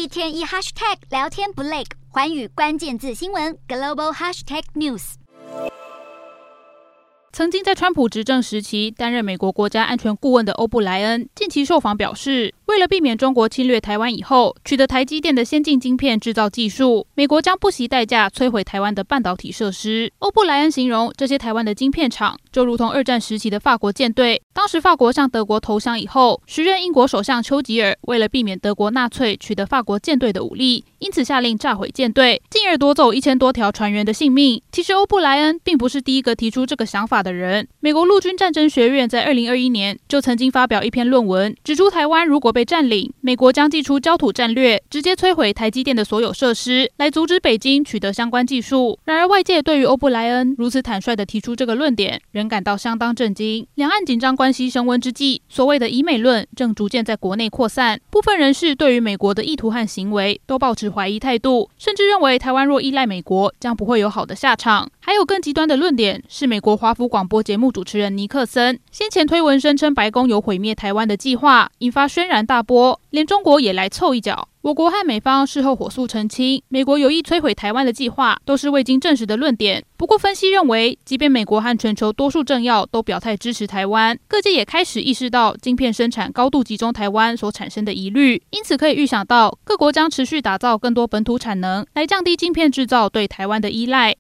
一天一 hashtag 聊天不累，寰宇关键字新闻 global hashtag news。 曾经在川普执政时期担任美国国家安全顾问的欧布莱恩，近期受访表示，为了避免中国侵略台湾以后取得台积电的先进晶片制造技术，美国将不惜代价摧毁台湾的半导体设施。欧布莱恩形容这些台湾的晶片厂就如同二战时期的法国舰队，当时法国向德国投降以后，时任英国首相丘吉尔为了避免德国纳粹取得法国舰队的武力，因此下令炸毁舰队，进而夺走1000多条船员的性命。其实欧布莱恩并不是第一个提出这个想法的人，美国陆军战争学院在2021年就曾经发表一篇论文，指出台湾如果被占领，美国将祭出焦土战略，直接摧毁台积电的所有设施，来阻止北京取得相关技术。然而外界对于欧布莱恩如此坦率地提出这个论点，仍感到相当震惊。两岸紧张关系升温之际，所谓的以美论正逐渐在国内扩散，部分人士对于美国的意图和行为都抱持怀疑态度，甚至认为台湾若依赖美国，将不会有好的下场。还有更极端的论点是，美国华府广播节目主持人尼克森先前推文声称白宫有毁灭台湾的计划，引发轩然大波，连中国也来凑一脚。我国和美方事后火速澄清，美国有意摧毁台湾的计划都是未经证实的论点。不过分析认为，即便美国和全球多数政要都表态支持台湾，各界也开始意识到晶片生产高度集中台湾所产生的疑虑，因此可以预想到各国将持续打造更多本土产能，来降低晶片制造对台湾的依赖。